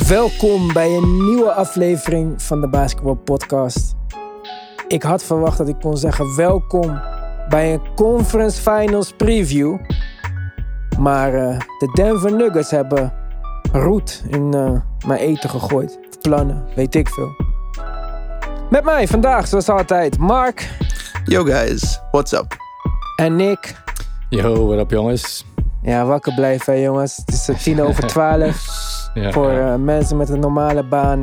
Welkom bij een nieuwe aflevering van de Basketball Podcast. Ik had verwacht dat ik kon zeggen welkom bij een Conference Finals preview. Maar de Denver Nuggets hebben roet in mijn eten gegooid. Plannen, weet ik veel. Met mij vandaag, zoals altijd, Mark. Yo guys, what's up? En Nick. Yo, wat up jongens? Ja, wakker blijven hè, jongens. Het is 10:12. Ja, Voor mensen met een normale baan,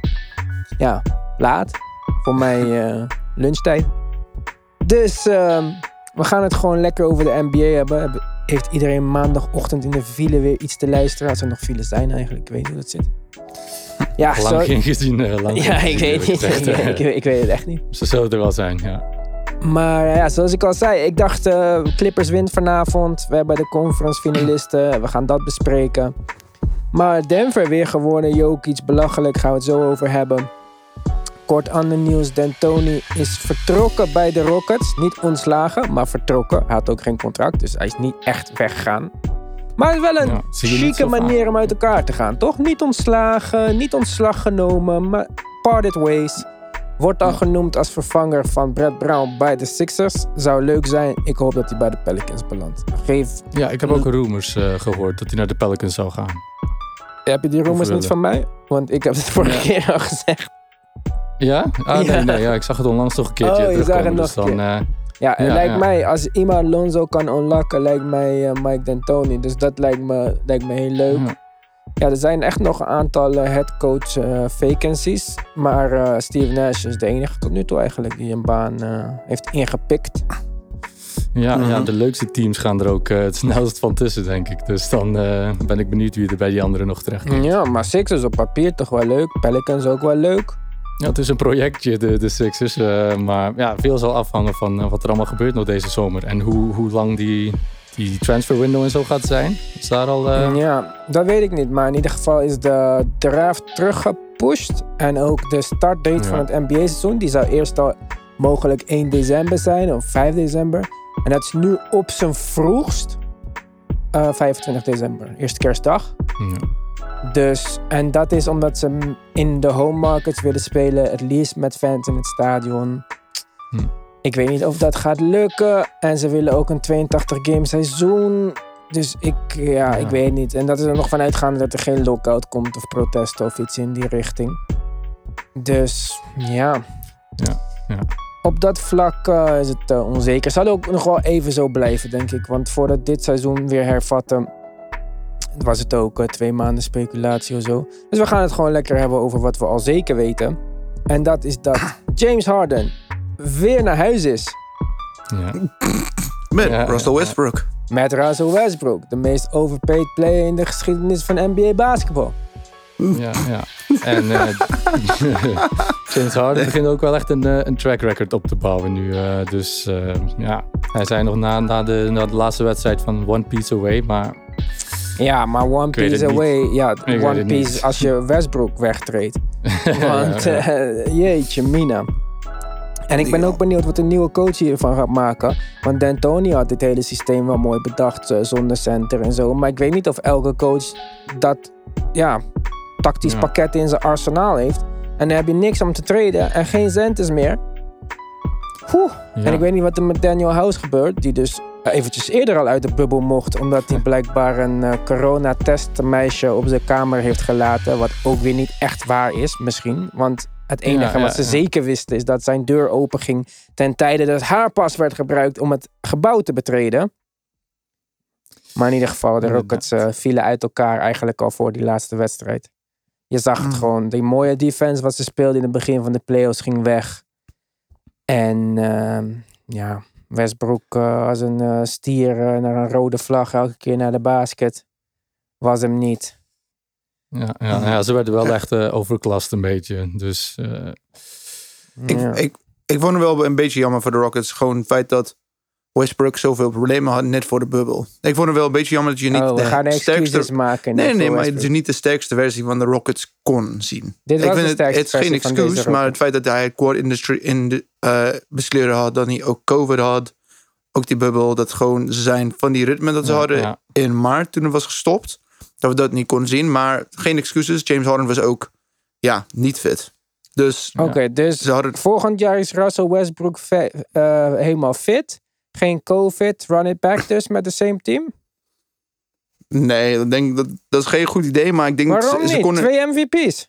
laat. Voor mij lunchtijd. Dus we gaan het gewoon lekker over de NBA hebben. Heeft iedereen maandagochtend in de file weer iets te luisteren? Als er nog files zijn eigenlijk, ik weet niet hoe dat zit. Ja, lang geen gezien. Ik weet niet. Ik weet het echt niet. Ze zullen er wel zijn, ja. Maar ja, zoals ik al zei, ik dacht Clippers wint vanavond. We hebben de conference finalisten. We gaan dat bespreken. Maar Denver weer gewonnen. Jokic belachelijk, gaan we het zo over hebben. Kort ander nieuws. D'Antoni is vertrokken bij de Rockets. Niet ontslagen, maar vertrokken. Hij had ook geen contract, dus hij is niet echt weggegaan. Maar het is wel een chique manier om uit elkaar te gaan, toch? Niet ontslagen, niet ontslag genomen, maar parted ways. Wordt al genoemd als vervanger van Brett Brown bij de Sixers. Zou leuk zijn. Ik hoop dat hij bij de Pelicans belandt. Ja, ik heb ook rumors gehoord dat hij naar de Pelicans zou gaan. Heb je die rumors niet van mij? Want ik heb het vorige keer al gezegd. Ja? Nee, ik zag het onlangs nog een keertje terugkomen. Je zag het nog een keer. Lijkt mij, als iemand Lonzo kan unlocken, lijkt mij Mike D'Antoni. Dus dat lijkt me heel leuk. Ja, er zijn echt nog een aantal headcoach vacancies. Maar Steve Nash is de enige tot nu toe eigenlijk die een baan heeft ingepikt. Ja, de leukste teams gaan er ook het snelst van tussen, denk ik. Dus dan ben ik benieuwd wie er bij die anderen nog terecht komt. Ja, maar Sixers op papier toch wel leuk. Pelicans ook wel leuk. Ja, het is een projectje, de Sixers. Maar ja, veel zal afhangen van wat er allemaal gebeurt nog deze zomer. En hoe lang die transfer window en zo gaat zijn. Is daar al... Ja, dat weet ik niet. Maar in ieder geval is de draft teruggepusht. En ook de startdate van het NBA-seizoen. Die zou eerst al mogelijk 1 december zijn. Of 5 december. En dat is nu op zijn vroegst 25 december. Eerste kerstdag. Ja. Dus, en dat is omdat ze in de home markets willen spelen. Het liefst met fans in het stadion. Ik weet niet of dat gaat lukken. En ze willen ook een 82 game seizoen. Dus ik weet niet. En dat is er nog van uitgaande dat er geen lockout komt. Of protesten of iets in die richting. Dus ja. Op dat vlak is het onzeker. Zal ook nog wel even zo blijven, denk ik. Want voordat dit seizoen weer hervatten, was het ook 2 maanden speculatie of zo. Dus we gaan het gewoon lekker hebben over wat we al zeker weten. En dat is dat James Harden weer naar huis is. Ja. Met Russell Westbrook. Met Russell Westbrook. De meest overpaid player in de geschiedenis van NBA basketbal. Ja. En James Harden begint ook wel echt een track record op te bouwen nu. Hij zei nog na de laatste wedstrijd van one piece away, maar... Ja, maar one piece away. Ja, one piece als je Westbrook wegtreedt. Want jeetje mina. En ik ben ook benieuwd wat de nieuwe coach hiervan gaat maken. Want D'Antoni had dit hele systeem wel mooi bedacht. Zonder center en zo. Maar ik weet niet of elke coach dat tactisch pakket in zijn arsenaal heeft. En dan heb je niks om te traden en geen centers meer. Ja. En ik weet niet wat er met Daniel House gebeurt. Die dus eventjes eerder al uit de bubbel mocht. Omdat hij blijkbaar een coronatestmeisje op zijn kamer heeft gelaten. Wat ook weer niet echt waar is misschien. Want het enige wat ze zeker wisten is dat zijn deur open ging ten tijde dat haar pas werd gebruikt om het gebouw te betreden. Maar in ieder geval, de Rockets vielen uit elkaar eigenlijk al voor die laatste wedstrijd. Je zag het gewoon. Die mooie defense wat ze speelden in het begin van de playoffs ging weg. En Westbrook als een stier naar een rode vlag elke keer naar de basket. Was hem niet. Ja, ze werden wel echt overklast een beetje. Dus... Ik vond het wel een beetje jammer voor de Rockets. Gewoon het feit dat Westbrook zoveel problemen had net voor de bubbel. Ik vond het wel een beetje jammer dat je niet we gaan excuses maken. Nee, maar dat je niet de sterkste versie van de Rockets kon zien. Het is geen excuus, maar het feit dat hij in de besleuren had, dat hij ook COVID had. Ook die bubbel, dat gewoon zijn van die ritme dat ze hadden in maart toen het was gestopt. dat we dat niet konden zien. Maar geen excuses. James Harden was ook niet fit. Dus, dus volgend jaar is Russell Westbrook helemaal fit. Geen COVID. Run it back dus met de same team? Nee, dat is geen goed idee. Maar ik denk waarom niet? Konden... 2 MVP's.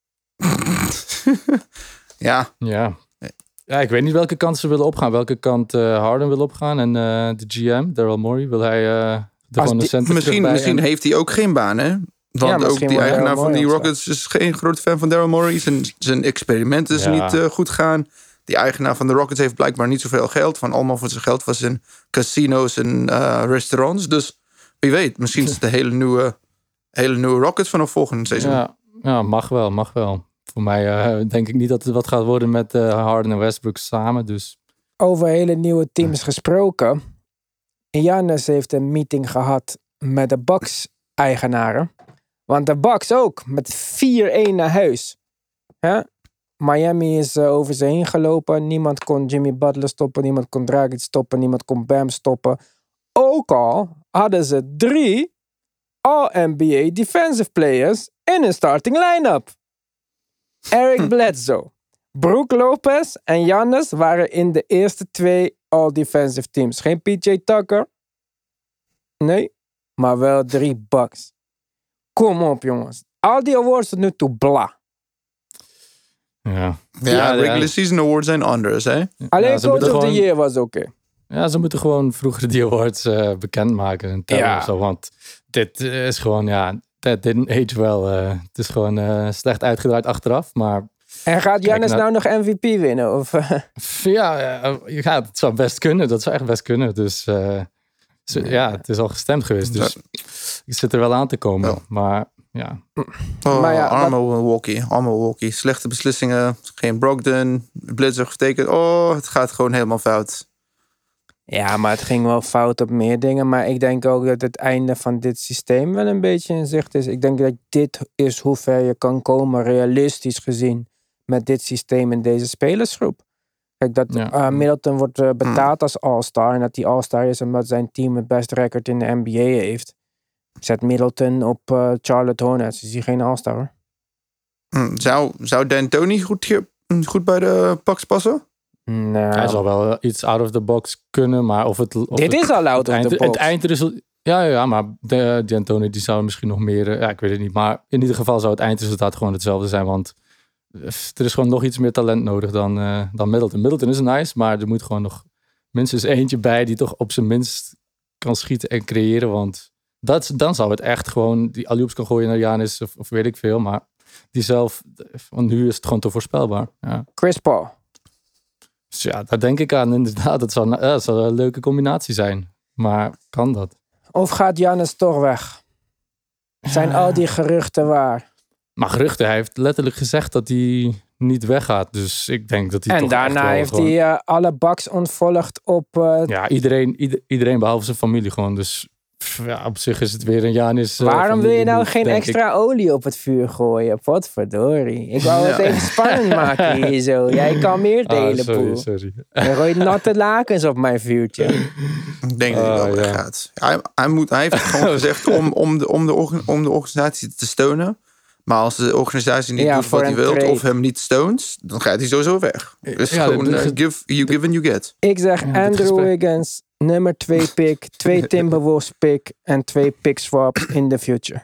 Ja, ik weet niet welke kant ze willen opgaan. Welke kant Harden wil opgaan. En de GM, Daryl Morey, wil hij gewoon de center misschien heeft hij ook geen baan, hè? Want ook die eigenaar van die Rockets is geen grote fan van Daryl Morey. Zijn experiment is niet goed gaan. Die eigenaar van de Rockets heeft blijkbaar niet zoveel geld. Van allemaal van zijn geld was in casino's en restaurants. Dus wie weet, misschien is het de hele nieuwe Rockets vanaf volgend seizoen. Ja, mag wel. Voor mij denk ik niet dat het wat gaat worden met Harden en Westbrook samen. Dus. Over hele nieuwe teams gesproken. Giannis heeft een meeting gehad met de Bucks-eigenaren. Want de Bucks ook, met 4-1 naar huis. Ja? Miami is over ze heen gelopen. Niemand kon Jimmy Butler stoppen. Niemand kon Dragic stoppen. Niemand kon Bam stoppen. Ook al hadden ze 3 All-NBA defensive players in een starting line-up. Eric Bledsoe, Brook Lopez en Giannis waren in de eerste 2 All-Defensive teams. Geen PJ Tucker. Nee, maar wel 3 Bucks. Kom op, jongens. Al die awards tot nu toe, bla. Ja, regular season awards zijn anders, hè? Alleen Coach of the Year was oké. Ja, ze moeten gewoon vroeger die awards bekendmaken en tellen of zo. Want dit is gewoon, that didn't age well. Het is gewoon slecht uitgedraaid achteraf, maar... En gaat Giannis nou nog MVP winnen? Of? Het zou best kunnen. Dat zou echt best kunnen. Dus het is al gestemd geweest. Dus ik zit er wel aan te komen. Oh. Maar ja. Arme Milwaukee. Slechte beslissingen. Geen Brogdon. Bledsoe getekend. Het gaat gewoon helemaal fout. Ja, maar het ging wel fout op meer dingen. Maar ik denk ook dat het einde van dit systeem wel een beetje in zicht is. Ik denk dat dit is hoe ver je kan komen, realistisch gezien, met dit systeem in deze spelersgroep. Kijk, dat Middleton wordt betaald als All-Star. En dat die All-Star is omdat zijn team het beste record in de NBA heeft. Zet Middleton op Charlotte Hornets. Is hij geen All-Star, hoor. Zou D'Antoni goed bij de Bucks passen? Nou, hij zal wel iets out of the box kunnen, maar of het... Dit is al out of the box. Het eindresultaat... Ja, maar D'Antoni die zou misschien nog meer... ik weet het niet. Maar in ieder geval zou het eindresultaat gewoon hetzelfde zijn. Want er is gewoon nog iets meer talent nodig dan Middleton. Middleton is nice, maar er moet gewoon nog minstens eentje bij die toch op zijn minst kan schieten en creëren. Want dan zou het echt gewoon die alley-oops kan gooien naar Giannis of weet ik veel. Maar die zelf... Want nu is het gewoon te voorspelbaar. Ja. Chris Paul. Dus ja, daar denk ik aan inderdaad. Dat zou een leuke combinatie zijn. Maar kan dat? Of gaat Giannis toch weg? Zijn al die geruchten waar? Maar geruchten, hij heeft letterlijk gezegd dat hij niet weggaat. Dus ik denk dat hij toch. En daarna heeft hij alle Bucks ontvolgd op... Ja, iedereen behalve zijn familie gewoon. Dus op zich is het weer een Giannis... Waarom wil je nou geen extra olie op het vuur gooien? Potverdorie. Ik wou het even spannend maken hier zo. Jij kan meer delen, poel. Sorry. Je gooit natte lakens op mijn vuurtje. Ik denk dat hij wel weggaat. Hij heeft gewoon gezegd om de organisatie te steunen. Maar als de organisatie niet doet wat hij wil of hem niet steunt, dan gaat hij sowieso weg. Dus gewoon you give and you get. Ik zeg Andrew Wiggins, nummer 2 pick, 2 Timberwolves pick en 2 pick swaps in the future.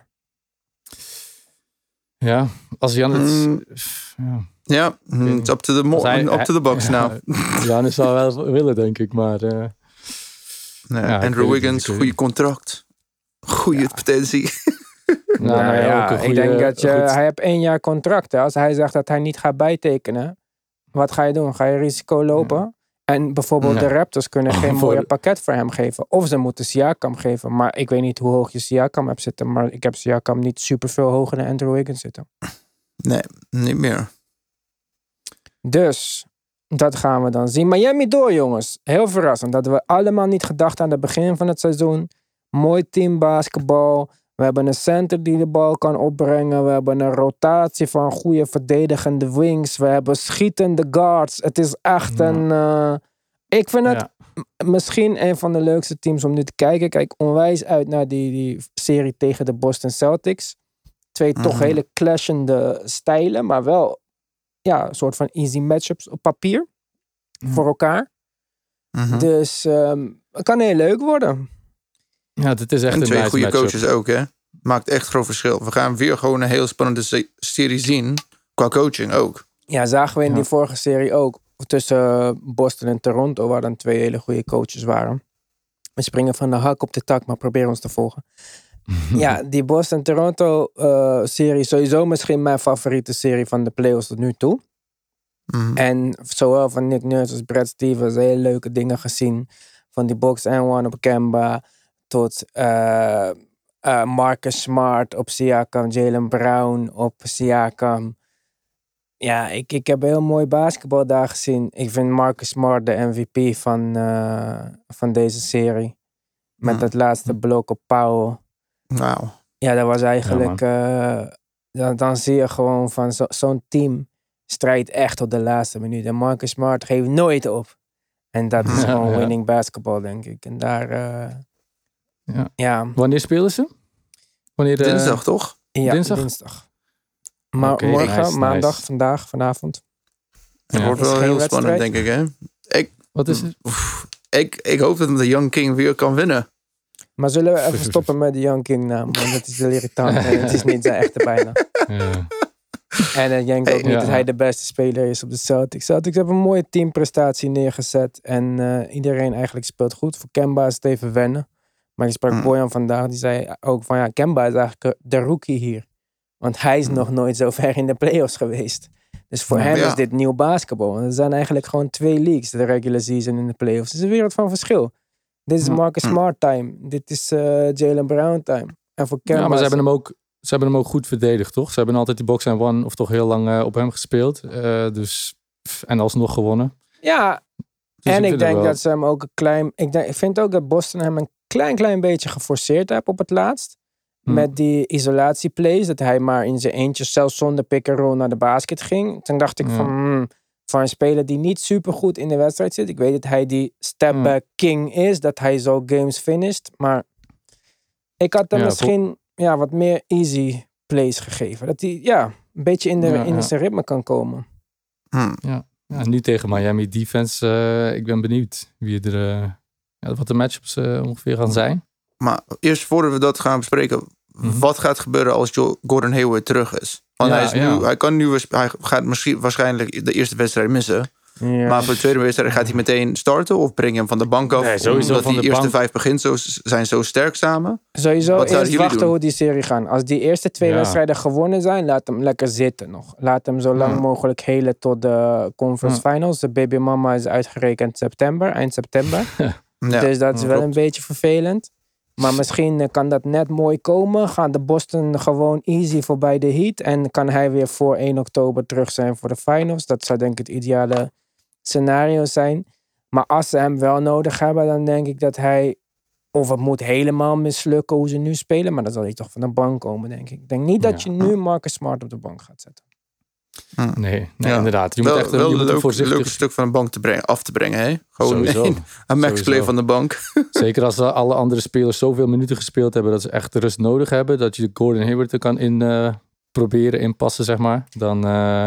Ja, als Giannis... it's up to the Bucks now. Giannis zou wel willen, denk ik, maar... Andrew Wiggins, goede contract. Goede potentie. Ik denk dat hij heeft 1 jaar contract. Hè. Als hij zegt dat hij niet gaat bijtekenen, wat ga je doen? Ga je risico lopen? En bijvoorbeeld de Raptors kunnen geen mooie pakket voor hem geven. Of ze moeten Siakam geven. Maar ik weet niet hoe hoog je Siakam hebt zitten. Maar ik heb Siakam niet super veel hoger dan Andrew Wiggins zitten. Nee, niet meer. Dus, dat gaan we dan zien. Miami door, jongens. Heel verrassend. Dat we allemaal niet gedacht aan het begin van het seizoen. Mooi team basketbal. We hebben een center die de bal kan opbrengen. We hebben een rotatie van goede verdedigende wings. We hebben schietende guards. Het is echt Ik vind het misschien een van de leukste teams om nu te kijken. Ik kijk onwijs uit naar die serie tegen de Boston Celtics. 2 toch hele clashende stijlen, maar wel een soort van easy matchups op papier voor elkaar. Dus het kan heel leuk worden. Ja, het is echt en een 2 nice goede matchup. coaches ook, hè? Maakt echt groot verschil. We gaan weer gewoon een heel spannende serie zien. Qua coaching ook. Ja, zagen we in die vorige serie ook. Tussen Boston en Toronto, waar dan 2 hele goede coaches waren. We springen van de hak op de tak, maar proberen ons te volgen. Ja, die Boston-Toronto serie is sowieso misschien mijn favoriete serie van de playoffs tot nu toe. En zowel van Nick Nurse als Brad Stevens hele leuke dingen gezien. Van die box-and-one op Kemba tot Marcus Smart op Siakam, Jaylen Brown op Siakam. Ja, ik heb heel mooi basketbal daar gezien. Ik vind Marcus Smart de MVP van deze serie. Met dat laatste blok op Powell. Wauw. Ja, dat was eigenlijk... dan zie je gewoon van zo'n team strijdt echt tot de laatste minuut. En Marcus Smart geeft nooit op. En dat is gewoon winning basketball, denk ik. En daar... Wanneer spelen ze? Dinsdag, toch? Ja, dinsdag. Maar morgen, maandag, vanavond. Het wordt wel heel spannend, denk ik, hè? Wat is het? Ik hoop dat de Young King weer kan winnen. Maar zullen we even stoppen met de Young King naam? Want dat is heel irritant. En het is niet zijn echte bijna. Ja. En ik denk ook niet dat hij de beste speler is op de Celtics. Celtics hebben een mooie teamprestatie neergezet. En iedereen eigenlijk speelt goed. Voor Kemba is het even wennen. Maar ik sprak Bojan vandaag. Die zei ook van Kemba is eigenlijk de rookie hier. Want hij is nog nooit zo ver in de playoffs geweest. Dus voor hem is dit nieuw basketbal. Er zijn eigenlijk gewoon 2 leagues. De regular season en de playoffs. Het is een wereld van verschil. Dit is Marcus Smart time. Dit is Jaylen Brown time. En voor Kemba... Ja, maar ze hebben hem ook goed verdedigd, toch? Ze hebben altijd die box-and-one of toch heel lang op hem gespeeld. En alsnog gewonnen. Ja, dus en ik denk dat ze hem ook een klein... Ik vind ook dat Boston hem een klein beetje geforceerd heeft op het laatst. Met die isolatieplays. Dat hij maar in zijn eentje, zelfs zonder pick-and-roll, naar de basket ging. Toen dacht ik van een speler die niet super goed in de wedstrijd zit. Ik weet dat hij die step-back king is. Dat hij zo games finished. Maar ik had hem misschien wat meer easy plays gegeven. Dat hij een beetje in zijn ritme kan komen. Ja, nu tegen Miami defense. Ik ben benieuwd wat de matchups ongeveer gaan zijn. Maar eerst voordat we dat gaan bespreken, wat gaat gebeuren als Gordon Hayward terug is? Want hij gaat waarschijnlijk de eerste wedstrijd missen. Ja. Maar voor de tweede wedstrijd gaat hij meteen starten of breng je hem van de bank af? Nee, sowieso omdat van die eerste 5 begint, zijn zo sterk samen. Sowieso eerst wachten hoe die serie gaan. Als die eerste 2 wedstrijden gewonnen zijn, laat hem lekker zitten nog. Laat hem zo lang mogelijk helen tot de conference finals. De baby mama is uitgerekend eind september. Dus dat is wel een beetje vervelend. Maar misschien kan dat net mooi komen. Gaan de Boston gewoon easy voorbij de Heat. En kan hij weer voor 1 oktober terug zijn voor de finals. Dat zou denk ik het ideale scenario zijn. Maar als ze hem wel nodig hebben, dan denk ik dat hij... Of het moet helemaal mislukken hoe ze nu spelen. Maar dan zal hij toch van de bank komen, denk ik. Ik denk niet dat je nu Marcus Smart op de bank gaat zetten. Nee, inderdaad. Je moet echt een leuk stuk van de bank af te brengen. Hè? Gewoon een maxplay van de bank. Zeker als alle andere spelers zoveel minuten gespeeld hebben dat ze echt de rust nodig hebben. Dat je Gordon Hayward er kan proberen inpassen, zeg maar. Dan,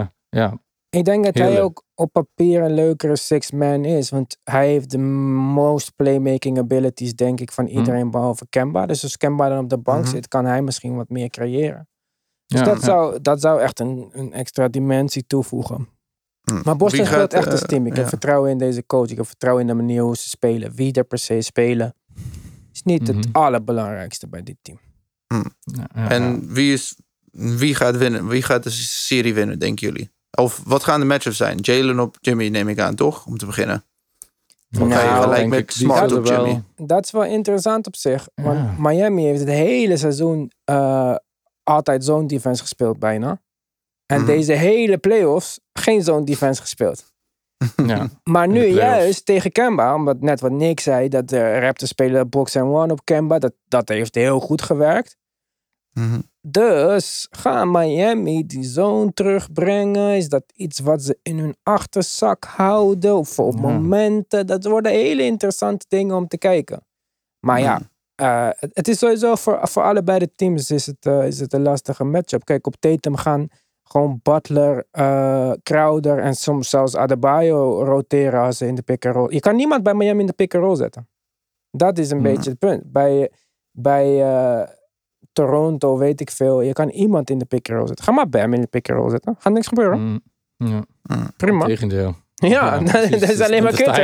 Ik denk dat hij ook op papier een leukere six-man is. Want hij heeft de most playmaking abilities, denk ik, van iedereen behalve Kemba. Dus als Kemba dan op de bank zit, kan hij misschien wat meer creëren. Dus dat zou echt een extra dimensie toevoegen. Maar Boston speelt echt als team. Ik heb vertrouwen in deze coach. Ik heb vertrouwen in de manier hoe ze spelen. Wie er per se spelen is niet het allerbelangrijkste bij dit team. En wie gaat winnen? Wie gaat de serie winnen, denken jullie? Of wat gaan de matchups zijn? Jaylen op Jimmy neem ik aan, toch? Om te beginnen. Dan ga je gelijk met Smart op Jimmy. Dat is wel interessant op zich. Want Miami heeft het hele seizoen... altijd zone defense gespeeld bijna. En deze hele playoffs geen zone defense gespeeld. Maar nu juist tegen Kemba, omdat net wat Nick zei, dat de Raptors spelen box and one op Kemba, dat heeft heel goed gewerkt. Dus gaan Miami die zone terugbrengen? Is dat iets wat ze in hun achterzak houden? Of op momenten? Dat worden hele interessante dingen om te kijken. Maar het is sowieso voor allebei de teams is het een lastige matchup. Kijk, op Tatum gaan gewoon Butler, Crowder en soms zelfs Adebayo roteren als ze in de pick-and-roll. Je kan niemand bij Miami in de pick-and-roll zetten. Dat is een beetje het punt. Bij Toronto weet ik veel. Je kan iemand in de pick-and-roll zetten. Ga maar Bam in de pick-and-roll zetten. Gaat niks gebeuren. Prima. Tegendeel. Ja, dat is alleen maar kut.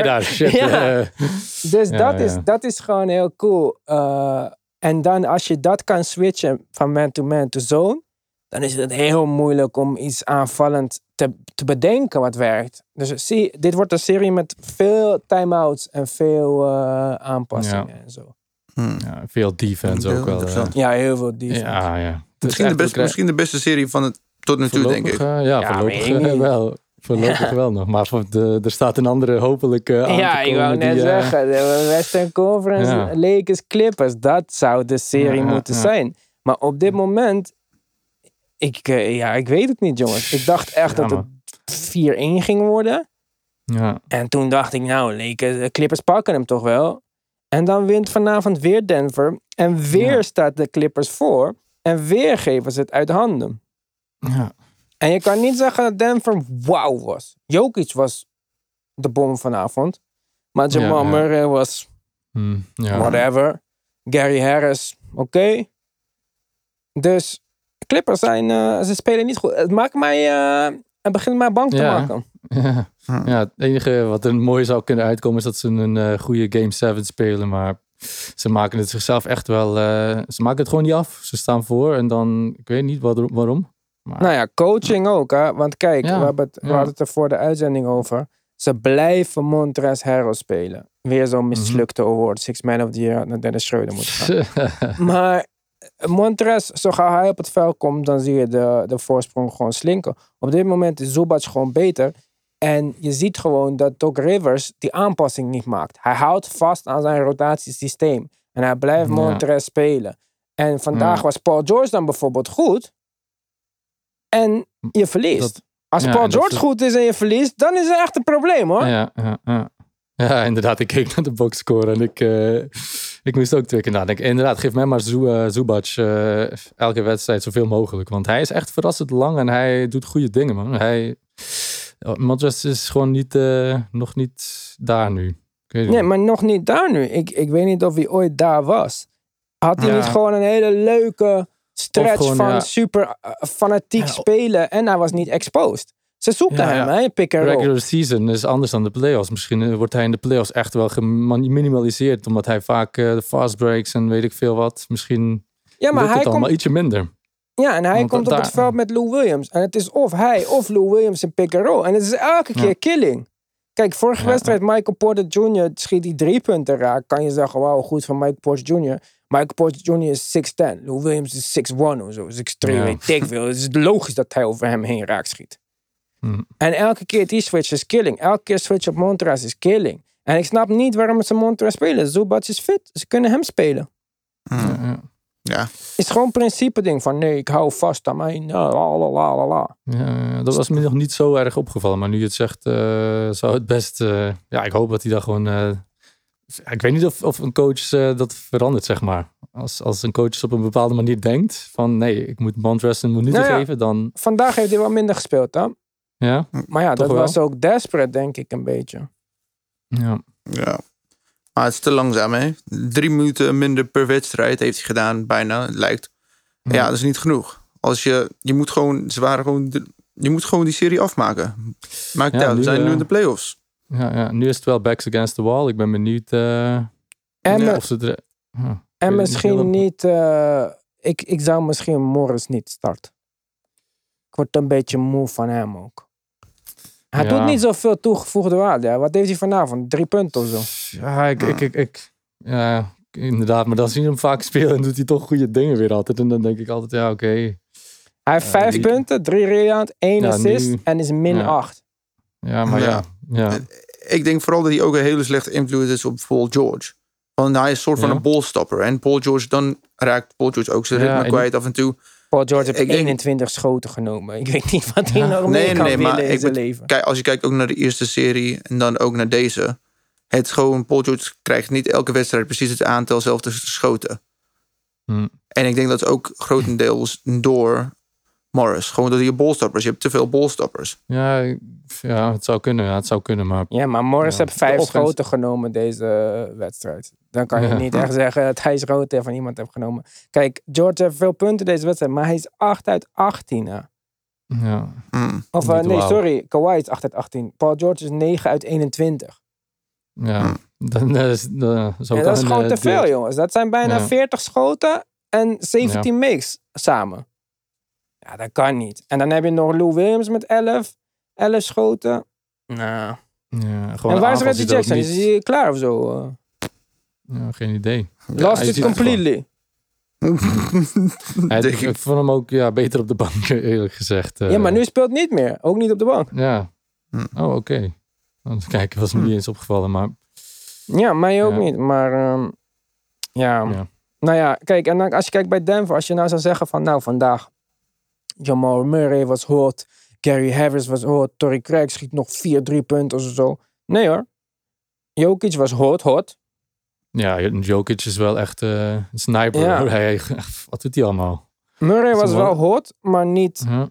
Dus dat is gewoon heel cool. En dan als je dat kan switchen van man-to-man to zone, dan is het heel moeilijk om iets aanvallend te bedenken wat werkt. Dus zie, dit wordt een serie met veel time-outs en veel aanpassingen en zo. Ja, veel defense ook wel. Ja, heel veel defense. Ja. Misschien de beste serie van het tot nu toe, denk ik. Voorlopig wel. Voorlopig wel nog. Maar er staat een andere hopelijk aan te komen. Ik wou net zeggen. De Western Conference, Lakers, Clippers. Dat zou de serie moeten zijn. Maar op dit moment... Ik weet het niet, jongens. Ik dacht echt dat het 4-1 ging worden. Ja. En toen dacht ik, Lakers, Clippers pakken hem toch wel. En dan wint vanavond weer Denver. En weer staat de Clippers voor. En weer geven ze het uit handen. Ja. En je kan niet zeggen dat Denver wauw was. Jokic was de bom vanavond. Maar Jamal Murray was whatever. Gary Harris, oké. Dus Clippers ze spelen niet goed. Het maakt mij... het begint mij bang te maken. Ja, het enige wat er mooi zou kunnen uitkomen is dat ze een goede Game 7 spelen. Maar ze maken het zichzelf echt wel... ze maken het gewoon niet af. Ze staan voor en dan... Ik weet niet waarom. Maar... coaching ook. Hè? Want kijk, we hadden het er voor de uitzending over. Ze blijven Montrezl Harrell spelen. Weer zo'n mislukte award. Six Man of the Year naar Dennis Schröder moeten gaan. Maar Montrezl, zo gauw hij op het veld komt, dan zie je de voorsprong gewoon slinken. Op dit moment is Zubac gewoon beter. En je ziet gewoon dat Doc Rivers die aanpassing niet maakt. Hij houdt vast aan zijn rotatiesysteem. En hij blijft Montrezl spelen. En vandaag was Paul George dan bijvoorbeeld goed. En je verliest. Als Paul George goed is en je verliest, dan is er echt een probleem, hoor. Ja, inderdaad. Ik keek naar de boxscore en ik moest ook 2 keer nadenken. Inderdaad, geef mij maar Zubac elke wedstrijd zoveel mogelijk. Want hij is echt verrassend lang en hij doet goede dingen, man. Montrezl is gewoon nog niet daar nu. Nee, maar nog niet daar nu. Ik weet niet of hij ooit daar was. Had hij niet gewoon een hele leuke stretch van super fanatiek spelen en hij was niet exposed. Ze zoekten hem, hè, pick and roll. Regular season is anders dan de playoffs. Misschien wordt hij in de playoffs echt wel geminimaliseerd, omdat hij vaak de fast breaks en weet ik veel wat. Misschien maar hij allemaal ietsje minder. Ja, en hij komt op het veld met Lou Williams. En het is of hij of Lou Williams in pick and roll. En het is elke keer killing. Kijk, vorige wedstrijd Michael Porter Jr. schiet die 3 punten raak. Kan je zeggen, wauw, goed van Michael Porter Jr. Michael Porter Jr. is 6'10. Lou Williams is 6'1 of zo. 6'3, weet ik veel. Het is logisch dat hij over hem heen raak schiet. En elke keer die switch is killing. Elke keer switch op Montrezl is killing. En ik snap niet waarom ze Montrezl spelen. Zubac is fit. Ze kunnen hem spelen. Ja. Is gewoon een principe ding van nee, ik hou vast aan mijn la. Ja, dat was me nog niet zo erg opgevallen. Maar nu je het zegt, zou het best... ik hoop dat hij daar gewoon... ik weet niet of een coach dat verandert, zeg maar. Als een coach op een bepaalde manier denkt van nee, ik moet Montrezl een minuut geven, dan... Vandaag heeft hij wel minder gespeeld, hè? Ja? Maar ja, dat was ook desperate, denk ik, een beetje. Ja. Maar het is te langzaam, hè? 3 minuten minder per wedstrijd heeft hij gedaan, bijna, het lijkt. Ja, dat is niet genoeg. Je moet gewoon die serie afmaken. Maakt het uit, we zijn nu in de playoffs. Ja, nu is het wel backs against the wall. Ik ben benieuwd of ze... en misschien niet... Ik zou misschien Morris niet starten. Ik word een beetje moe van hem ook. Hij doet niet zoveel toegevoegde waarde. Ja. Wat heeft hij vanavond? 3 punten of zo? Ja, inderdaad. Maar dan zie je hem vaak spelen en doet hij toch goede dingen weer altijd. En dan denk ik altijd, oké. Hij heeft 5 punten, 3 rebounds, 1 assist en is min 8. Ja, maar ja. Ik denk vooral dat hij ook een hele slechte invloed is op bijvoorbeeld George. Want hij is een soort van een bolstopper. En Paul George, dan raakt Paul George ook zijn ritme kwijt af en toe. Paul George heeft 21 schoten genomen. Ik weet niet wat hij nog meer kan willen in zijn leven. Kijk, als je kijkt ook naar de eerste serie en dan ook naar deze. Het is gewoon, Paul George krijgt niet elke wedstrijd precies het aantal zelfde schoten. En ik denk dat is ook grotendeels door Morris. Gewoon door je bolstoppers. Je hebt te veel bolstoppers. Ja, het zou kunnen. Ja, het zou kunnen, maar... Ja, maar Morris heeft 5 schoten genomen deze wedstrijd. Dan kan je niet echt zeggen dat hij schoten van iemand heeft genomen. Kijk, George heeft veel punten deze wedstrijd, maar hij is 8 uit 18. Hè? Ja. Of sorry, Kawhi is 8 uit 18. Paul George is 9 uit 21. Ja, dat is gewoon te veel, jongens. Dat zijn bijna 40 schoten en 17 makes samen. Ja, dat kan niet. En dan heb je nog Lou Williams met 11 schoten. Nou. Ja, en waar is Reggie Jackson? Is hij klaar of zo? Ja, geen idee. Lost it completely. Ik vond hem ook beter op de bank, eerlijk gezegd. Ja, maar nu speelt niet meer. Ook niet op de bank. Ja. Oh, oké. Kijk, was me niet eens opgevallen, maar... Ja, mij ook niet. Maar nou ja, kijk. En dan, als je kijkt bij Denver, als je nou zou zeggen van... Nou, vandaag Jamal Murray was hot. Gary Harris was hot. Torrey Craig schiet nog 4 3-punters of zo. Nee hoor. Jokic was hot. Ja, Jokic is wel echt een sniper. Ja. Wat doet hij allemaal? Murray was wel hot, maar niet op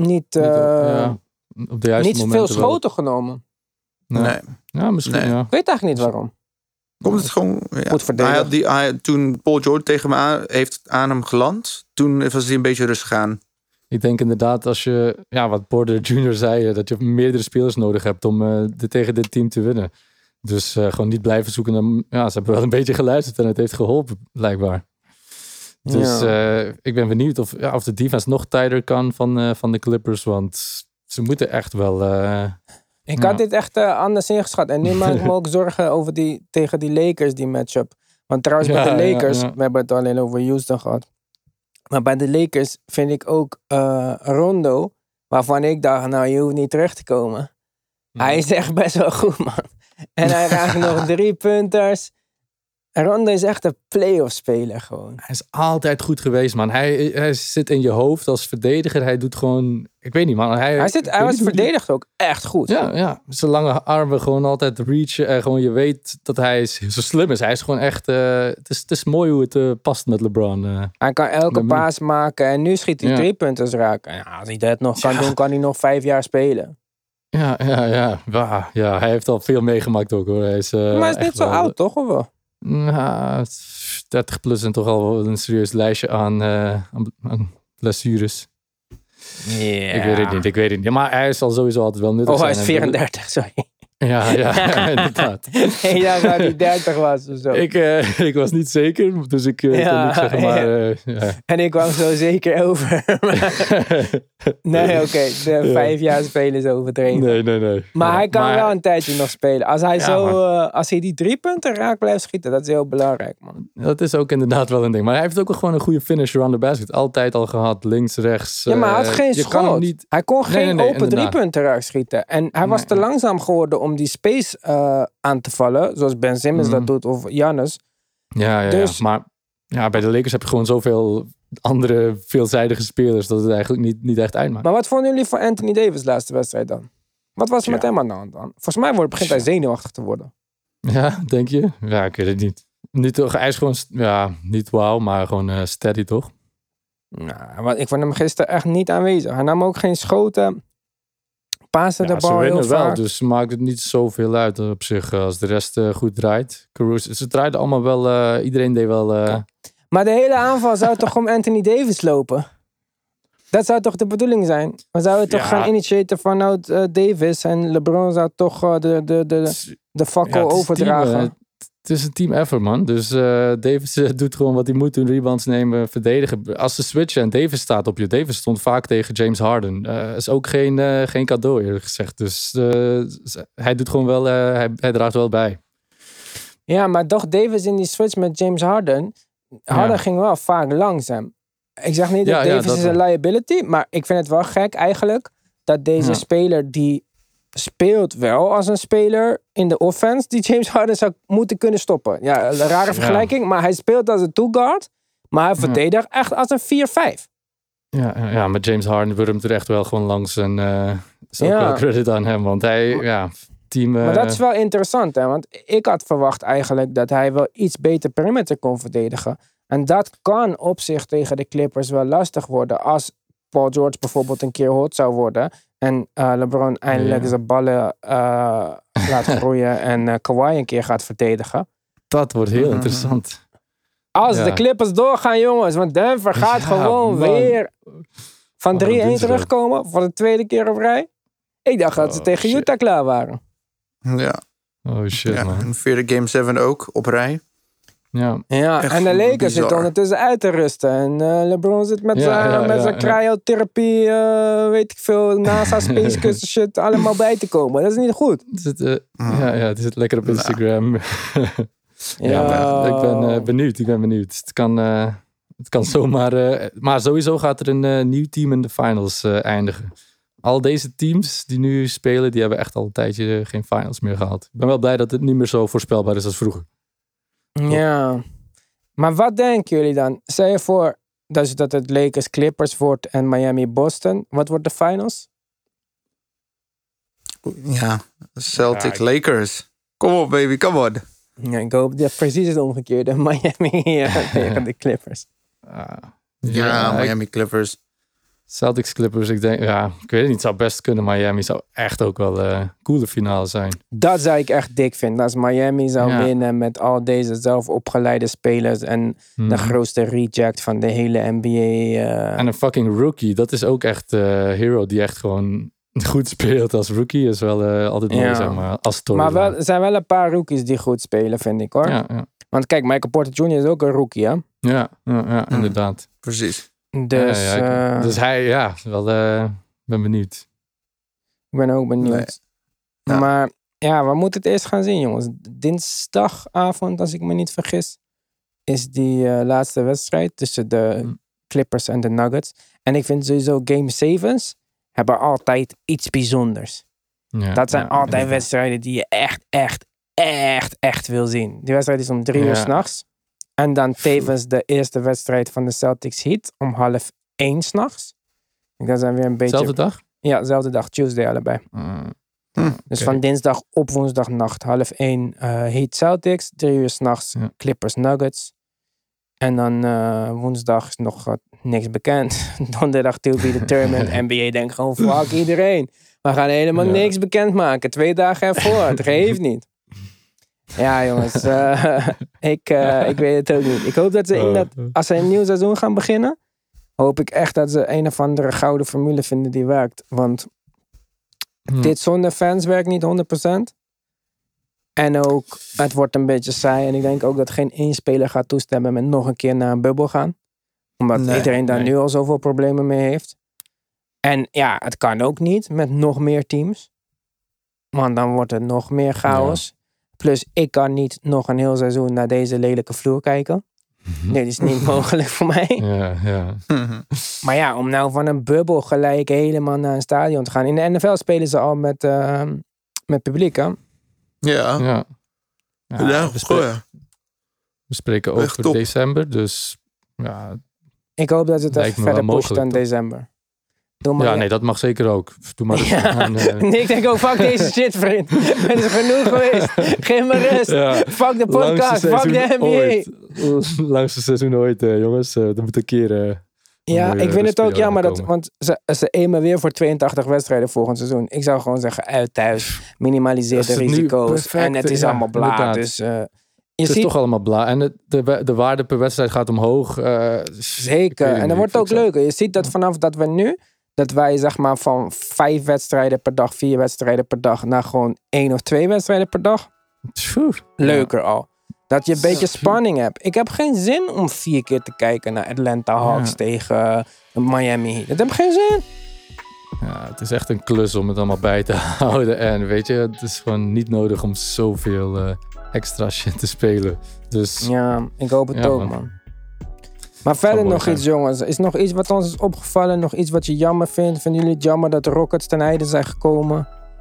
de juiste niet veel schoten genomen. Nee. Ja, misschien ja. Ik weet eigenlijk niet waarom. Komt het gewoon... Goed verdedigd. Toen Paul George tegen me heeft aan hem geland, toen was hij een beetje rustig aan. Ik denk inderdaad als je, wat Porter Jr. zei, dat je meerdere spelers nodig hebt om tegen dit team te winnen. Dus gewoon niet blijven zoeken naar... ze hebben wel een beetje geluisterd en het heeft geholpen, blijkbaar. Dus ik ben benieuwd of de defense nog tighter kan van de Clippers, want ze moeten echt wel... Ik had dit echt anders ingeschat. En nu maak ik me ook zorgen over tegen die Lakers, die matchup. Want trouwens, bij de Lakers, we hebben het alleen over Houston gehad. Maar bij de Lakers vind ik ook Rondo, waarvan ik dacht, nou, je hoeft niet terug te komen. Hij is echt best wel goed, man. En hij raakt nog 3-punters. Rondo is echt een playoff speler gewoon. Hij is altijd goed geweest, man. Hij zit in je hoofd als verdediger. Hij doet gewoon... Ik weet niet, man. Hij was verdedigd ook echt goed. Ja. Zijn lange armen gewoon altijd reachen. Gewoon je weet dat hij zo slim is. Hij is gewoon echt... Het is mooi hoe het past met LeBron. Hij kan elke paas maken. En nu schiet hij 3-punters raken. Ja, als hij dat nog kan doen, kan hij nog 5 jaar spelen. Ja. Hij heeft al veel meegemaakt ook, hoor. Hij is, maar hij is niet zo oud, toch? Of wel? Nou, 30 plus en toch al een serieus lijstje aan blessures. Yeah. Ik weet het niet. Maar hij zal sowieso altijd wel nuttig zijn. Hij is 34, sorry. Ja, inderdaad. Ik dacht dat hij 30 was of zo. Ik was niet zeker, dus ik kon niet zeggen, maar... En ik kwam zo zeker over. Nee, oké. De 5 jaar spelen is overdreven. Nee. Maar hij kan wel een tijdje nog spelen. Als hij als hij die 3-punten raak blijft schieten, dat is heel belangrijk, man. Dat is ook inderdaad wel een ding. Maar hij heeft ook gewoon een goede finisher on the basket. Altijd al gehad, links, rechts. Ja, maar hij had geen schot. Hij kon geen open 3-punten raak schieten. En hij was te langzaam geworden om die space aan te vallen. Zoals Ben Simmons dat doet of Giannis. Ja. Maar bij de Lakers heb je gewoon zoveel andere veelzijdige spelers dat het eigenlijk niet echt uitmaakt. Maar wat vonden jullie van Anthony Davis laatste wedstrijd dan? Wat was er met hem aan de hand dan? Volgens mij begint hij zenuwachtig te worden. Ja, denk je? Ja, ik weet het niet. Hij is gewoon, niet wauw, maar gewoon steady, toch? Nou, ik vond hem gisteren echt niet aanwezig. Hij nam ook geen schoten. Pasen de bal heel vaak. Wel, dus maakt het niet zoveel uit op zich als de rest goed draait. Ze draaiden allemaal wel, iedereen deed wel... Maar de hele aanval zou toch om Anthony Davis lopen? Dat zou toch de bedoeling zijn? We zouden toch gaan initiëren vanuit Davis en LeBron zou toch de fakkel overdragen. Het is een team effort, man. Dus Davis doet gewoon wat hij moet doen. Rebounds nemen, verdedigen. Als ze switchen en Davis staat op je. Davis stond vaak tegen James Harden. Is ook geen cadeau, eerlijk gezegd. Dus hij doet gewoon wel... hij draagt wel bij. Ja, maar toch Davis in die switch met James Harden... Harden ging wel vaak langzaam. Ik zeg niet dat Davis is een liability... maar ik vind het wel gek eigenlijk... dat deze speler die speelt wel als een speler in de offense die James Harden zou moeten kunnen stoppen. Ja, een rare vergelijking, maar hij speelt als een two-guard, maar hij verdedigt echt als een 4-5. Ja, met James Harden wurmt er echt wel gewoon langs en is ook wel credit aan hem, want hij, team... Maar dat is wel interessant, hè, want ik had verwacht eigenlijk dat hij wel iets beter perimeter kon verdedigen. En dat kan op zich tegen de Clippers wel lastig worden als Paul George bijvoorbeeld een keer hot zou worden en LeBron eindelijk zijn ballen laat groeien en Kawhi een keer gaat verdedigen. Dat wordt heel interessant. Als de Clippers doorgaan, jongens, want Denver gaat gewoon weer van 3-1 terugkomen voor de tweede keer op rij. Ik dacht dat ze tegen Utah klaar waren. Ja. Oh shit, man. Een vierde Game 7 ook op rij. Ja, en de Lakers zitten ondertussen uit te rusten. En LeBron zit met zijn cryotherapie, weet ik veel, NASA Space Cushion shit allemaal bij te komen. Dat is niet goed. Het zit lekker op Instagram. Ik ben benieuwd. Het kan zomaar... maar sowieso gaat er een nieuw team in de finals eindigen. Al deze teams die nu spelen, die hebben echt al een tijdje geen finals meer gehad. Ik ben wel blij dat het niet meer zo voorspelbaar is als vroeger. Ja, maar wat denken jullie dan? Stel je voor dat het Lakers Clippers wordt en Miami Boston. Wat wordt de finals? Ja, Celtics Lakers. Kom op baby, come on. Ja, ik hoop dat precies het omgekeerde. Miami tegen de Clippers. Miami Clippers. Celtics Clippers, ik denk, ik weet het niet, zou best kunnen. Miami zou echt ook wel een coole finale zijn. Dat zou ik echt dik vinden. Als Miami zou winnen met al deze zelf opgeleide spelers en de grootste reject van de hele NBA. En een fucking rookie, dat is ook echt hero die echt gewoon goed speelt als rookie. Is wel altijd mooi, zeg maar, als story. Maar er zijn wel een paar rookies die goed spelen, vind ik, hoor. Ja. Want kijk, Michael Porter Jr. is ook een rookie, hè? Ja, inderdaad. Precies. Dus, dus hij, ben benieuwd. Ik ben ook benieuwd. Nee. Maar we moeten het eerst gaan zien, jongens. Dinsdagavond, als ik me niet vergis, is die laatste wedstrijd tussen de Clippers en de Nuggets. En ik vind sowieso Game 7's hebben altijd iets bijzonders. Ja, dat zijn altijd wedstrijden die je echt wil zien. Die wedstrijd is om 3 uur 's nachts. En dan tevens de eerste wedstrijd van de Celtics Heat om 12:30 's nachts. Dat zijn weer een beetje... Zelfde dag? Ja, zelfde dag. Tuesday allebei. Dus van dinsdag op woensdagnacht 12:30 Heat Celtics. 3 uur 's nachts Clippers Nuggets. En dan woensdag is nog niks bekend. Donderdag to be determined. NBA denkt gewoon fuck iedereen. We gaan helemaal niks bekendmaken. 2 dagen ervoor. Het geeft niet. Ja, jongens. Ik weet het ook niet. Ik hoop dat ze als ze een nieuw seizoen gaan beginnen, hoop ik echt dat ze een of andere gouden formule vinden die werkt. Want dit zonder fans werkt niet 100%. En ook, het wordt een beetje saai. En ik denk ook dat geen één speler gaat toestemmen met nog een keer naar een bubbel gaan. Omdat iedereen daar nu al zoveel problemen mee heeft. En het kan ook niet met nog meer teams. Want dan wordt het nog meer chaos. Ja. Plus, ik kan niet nog een heel seizoen naar deze lelijke vloer kijken. Nee, dat is niet mogelijk voor mij. Ja. Maar om nou van een bubbel gelijk helemaal naar een stadion te gaan. In de NFL spelen ze al met publiek, hè? Ja. We spreken over december, dus ik hoop dat het even verder pusht dan december. Dat mag zeker ook. Doe maar ik denk ook, fuck deze shit, vriend. Het is genoeg geweest. Geef me rust. Fuck de podcast. Fuck de NBA. Langste seizoen ooit, jongens. Dat moet een keer... ik vind het ook jammer, want ze aimen weer voor 82 wedstrijden volgend seizoen. Ik zou gewoon zeggen, uit thuis. Minimaliseer de risico's. Perfect, en het is allemaal bla. Dus... het is toch allemaal bla. En de waarde per wedstrijd gaat omhoog. Zeker. En dat wordt ook leuker. Je ziet dat vanaf dat we nu... dat wij zeg maar van 5 wedstrijden per dag, 4 wedstrijden per dag... naar gewoon 1 of 2 wedstrijden per dag. Leuker al. Dat je een beetje spanning hebt. Ik heb geen zin om 4 keer te kijken naar Atlanta Hawks tegen Miami Heat. Dat heb ik geen zin. Ja, het is echt een klus om het allemaal bij te houden. En weet je, het is gewoon niet nodig om zoveel extra shit te spelen. Dus, ja, ik hoop het ook, man. Maar verder nog iets, jongens. Is nog iets wat ons is opgevallen? Nog iets wat je jammer vindt? Vinden jullie het jammer dat de Rockets ten einde zijn gekomen?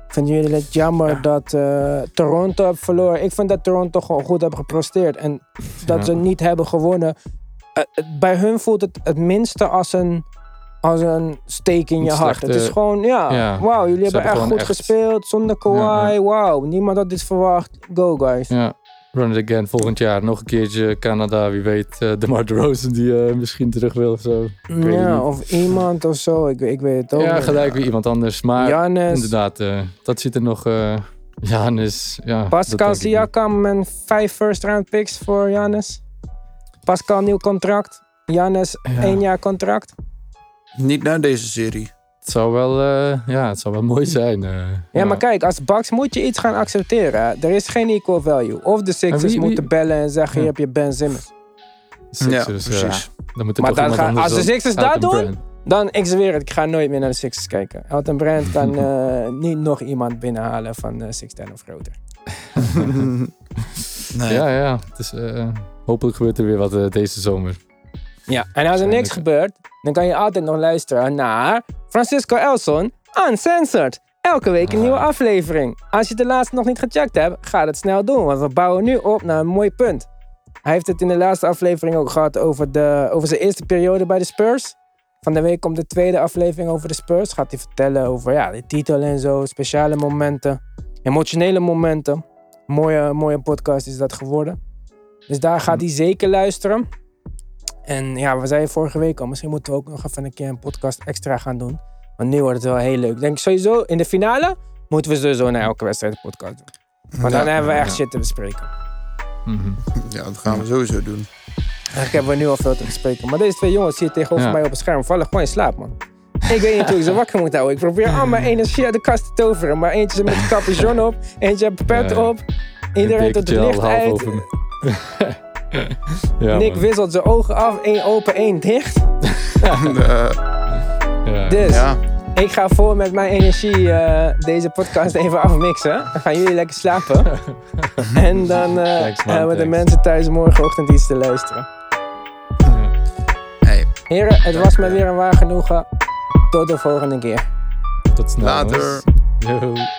Vinden jullie het jammer dat Toronto heeft verloren? Ik vind dat Toronto gewoon goed heeft gepresteerd. En dat ze niet hebben gewonnen. Bij hun voelt het minste als een steek in je hart. Het is gewoon, wauw, jullie hebben echt goed gespeeld. Zonder Kawhi, wauw. Niemand had dit verwacht. Go, guys. Ja, run it again. Volgend jaar nog een keertje Canada. Wie weet, DeMar DeRozan die misschien terug wil of zo. Of iemand of zo. Ik weet het ook. Ja, gelijk weer iemand anders. Maar inderdaad, dat ziet er nog... Giannis, Pascal Siakam en 5 first round picks voor Giannis. Pascal nieuw contract. Giannis 1 jaar contract. Niet na deze serie. Het zou wel mooi zijn. Maar kijk, als Bucks moet je iets gaan accepteren. Hè? Er is geen equal value. Of de Sixers moeten bellen en zeggen, je hebt je Ben Simmons. Sixers, precies. Dan moet er als de Sixers dat doen, dan, ik zweer het, ik ga nooit meer naar de Sixers kijken. Elton Brand kan niet nog iemand binnenhalen van 6'10 of groter. Nee. Ja. Het is, hopelijk gebeurt er weer wat deze zomer. Ja, en als er niks gebeurt, dan kan je altijd nog luisteren naar Francisco Elson Uncensored. Elke week een nieuwe aflevering. Als je de laatste nog niet gecheckt hebt, ga het snel doen, want we bouwen nu op naar een mooi punt. Hij heeft het in de laatste aflevering ook gehad over zijn eerste periode bij de Spurs. Van de week komt de tweede aflevering over de Spurs. Gaat hij vertellen over de titel en zo, speciale momenten, emotionele momenten. Mooie podcast is dat geworden. Dus daar gaat hij zeker luisteren. En we zeiden vorige week al, misschien moeten we ook nog even een keer een podcast extra gaan doen. Want nu wordt het wel heel leuk. Ik denk sowieso, in de finale moeten we sowieso naar elke wedstrijd een podcast doen. Want dan hebben we echt shit te bespreken. Mm-hmm. Ja, dat gaan we sowieso doen. Eigenlijk hebben we nu al veel te bespreken. Maar deze 2 jongens hier tegenover mij op het scherm vallen gewoon in slaap, man. Ik weet niet hoe ik ze wakker moet houden. Ik probeer al mijn energie uit de kast te toveren. Maar eentje met een capuchon op, eentje heeft pet op. Iedereen tot het licht uit. Nick wisselt zijn ogen af. 1 open, 1 dicht. Dus, ik ga voor met mijn energie deze podcast even afmixen. Dan gaan jullie lekker slapen. En dan hebben de mensen thuis morgenochtend iets te luisteren. Heren, het was me weer een waar genoegen. Tot de volgende keer. Tot snel. Later. Yo.